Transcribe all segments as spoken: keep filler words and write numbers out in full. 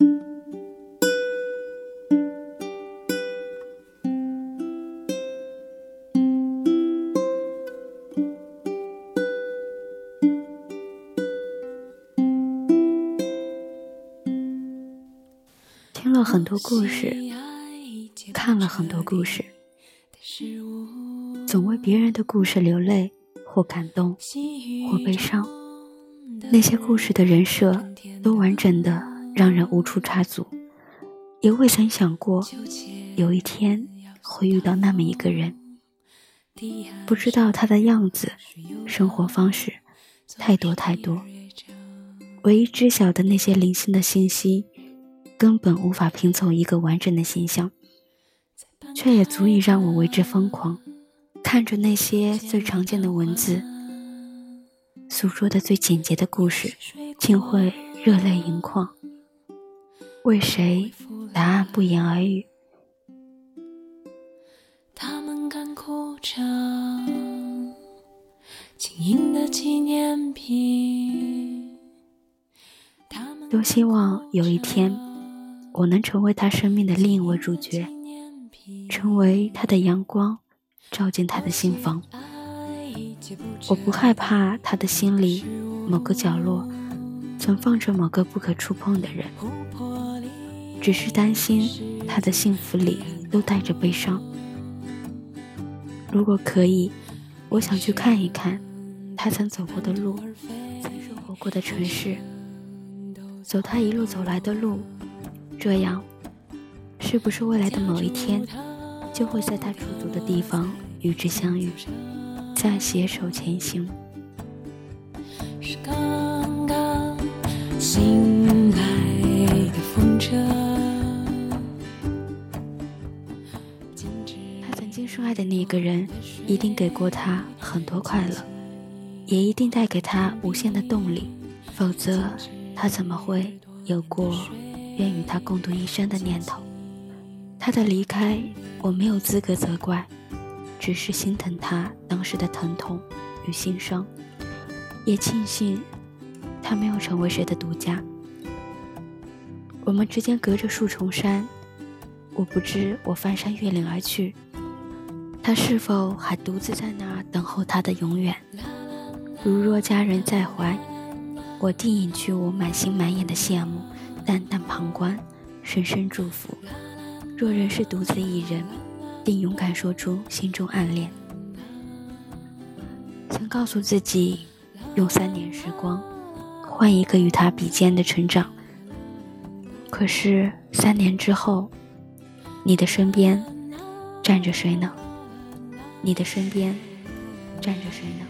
听了很多故事，看了很多故事，总为别人的故事流泪，或感动，或悲伤。那些故事的人设都完整的让人无处插足，也未曾想过有一天会遇到那么一个人。不知道他的样子、生活方式，太多太多，唯一知晓的那些零星的信息根本无法拼凑一个完整的形象，却也足以让我为之疯狂。看着那些最常见的文字，诉说的最简洁的故事，竟会热泪盈眶。为谁答案不言而喻。 他们干哭着轻盈的纪念品， 多希望有一天我能成为他生命的另一位主角，成为他的阳光，照进他的心房。我不害怕他的心里某个角落存放着某个不可触碰的人，只是担心他的幸福里都带着悲伤。如果可以，我想去看一看他曾走过的路，曾生活过的城市，走他一路走来的路，这样是不是未来的某一天就会在他驻足的地方与之相遇，再携手前行。 是刚刚醒来的风车， 他曾经深爱的那个人一定给过他很多快乐，也一定带给他无限的动力，否则他怎么会有过愿与他共度一生的念头。他的离开我没有资格责怪，只是心疼他当时的疼痛与心伤，也庆幸他没有成为谁的独家。我们之间隔着数重山，我不知我翻山越岭而去，他是否还独自在那儿等候他的永远。如若家人在怀，我定隐去我满心满眼的羡慕，淡淡旁观，深深祝福。若人是独自一人，定勇敢说出心中暗恋。曾告诉自己，用三年时光换一个与他比肩的成长。可是三年之后，你的身边站着谁呢？你的身边站着谁呢？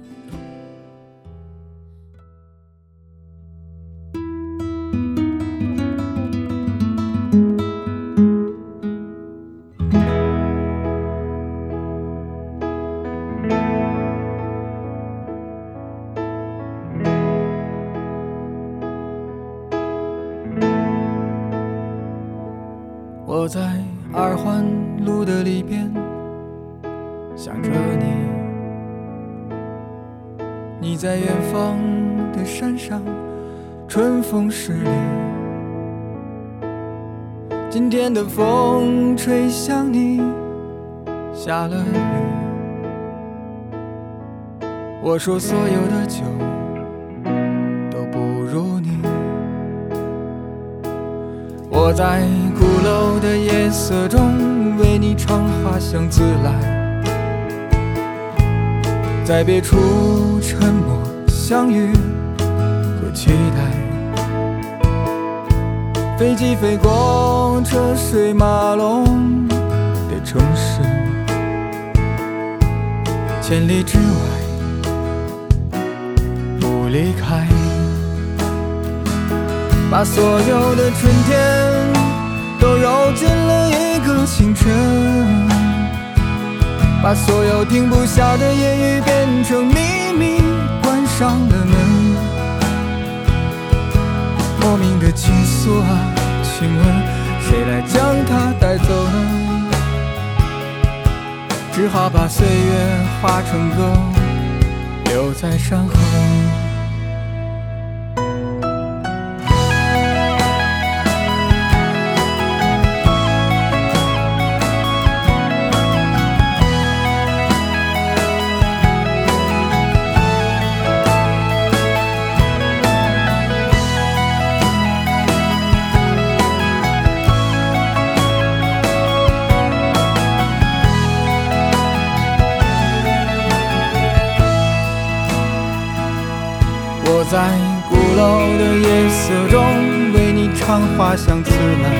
我在二环路的里边想着你，你在远方的山上春风十里，今天的风吹向你，下了雨。我说所有的酒都不如你，我在鼓楼的夜色中为你唱花香自来，在别处沉默相遇和期待，飞机飞过车水马龙的城市，千里之外不离开，把所有的春天都揉进了一个清晨，把所有停不下的言语变成秘密，关上了门。莫名的情愫啊，请问谁来将它带走呢？只好把岁月化成歌，留在山河。 楼的夜色中为你唱花香自来，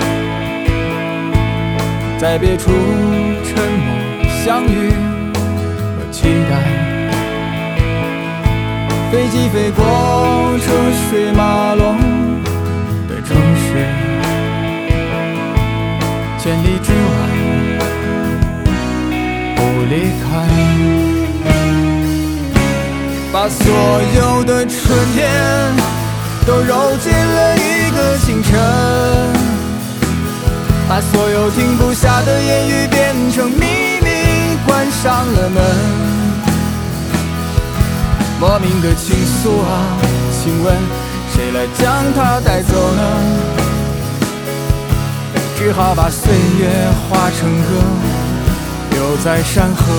在别处沉默相遇和期待，飞机飞过车水马龙的城市，千里之外不离开，把所有的春天都揉进了一个清晨，把所有停不下的言语变成秘密，关上了门。莫名的情愫啊，请问谁来将它带走呢？只好把岁月化成歌，留在山河。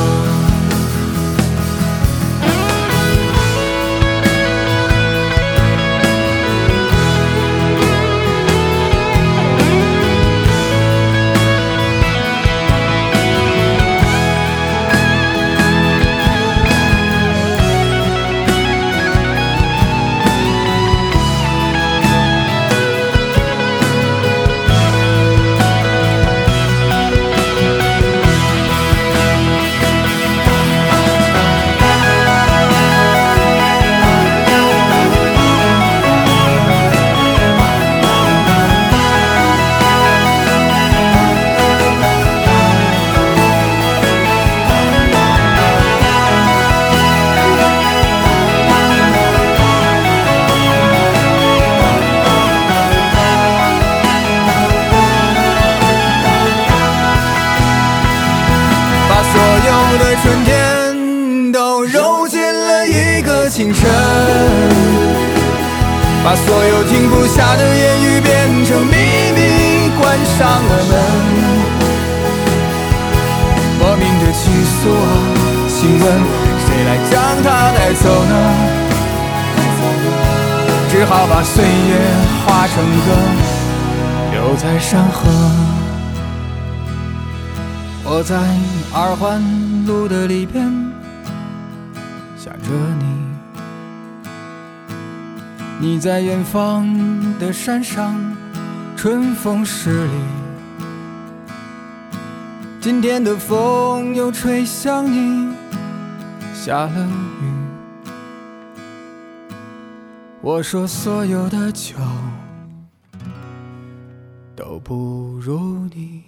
春天都揉进了一个清晨，把所有停不下的言语变成秘密，关上了门。莫名的情愫啊，请问谁来将它带走呢？只好把岁月化成歌，留在山河。我在二环路的里边想着你，你在远方的山上，春风十里。今天的风又吹向你，下了雨。我说所有的酒都不如你。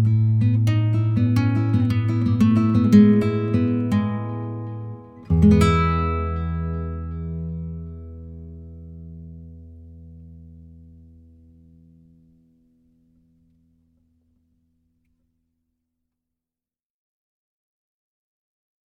你。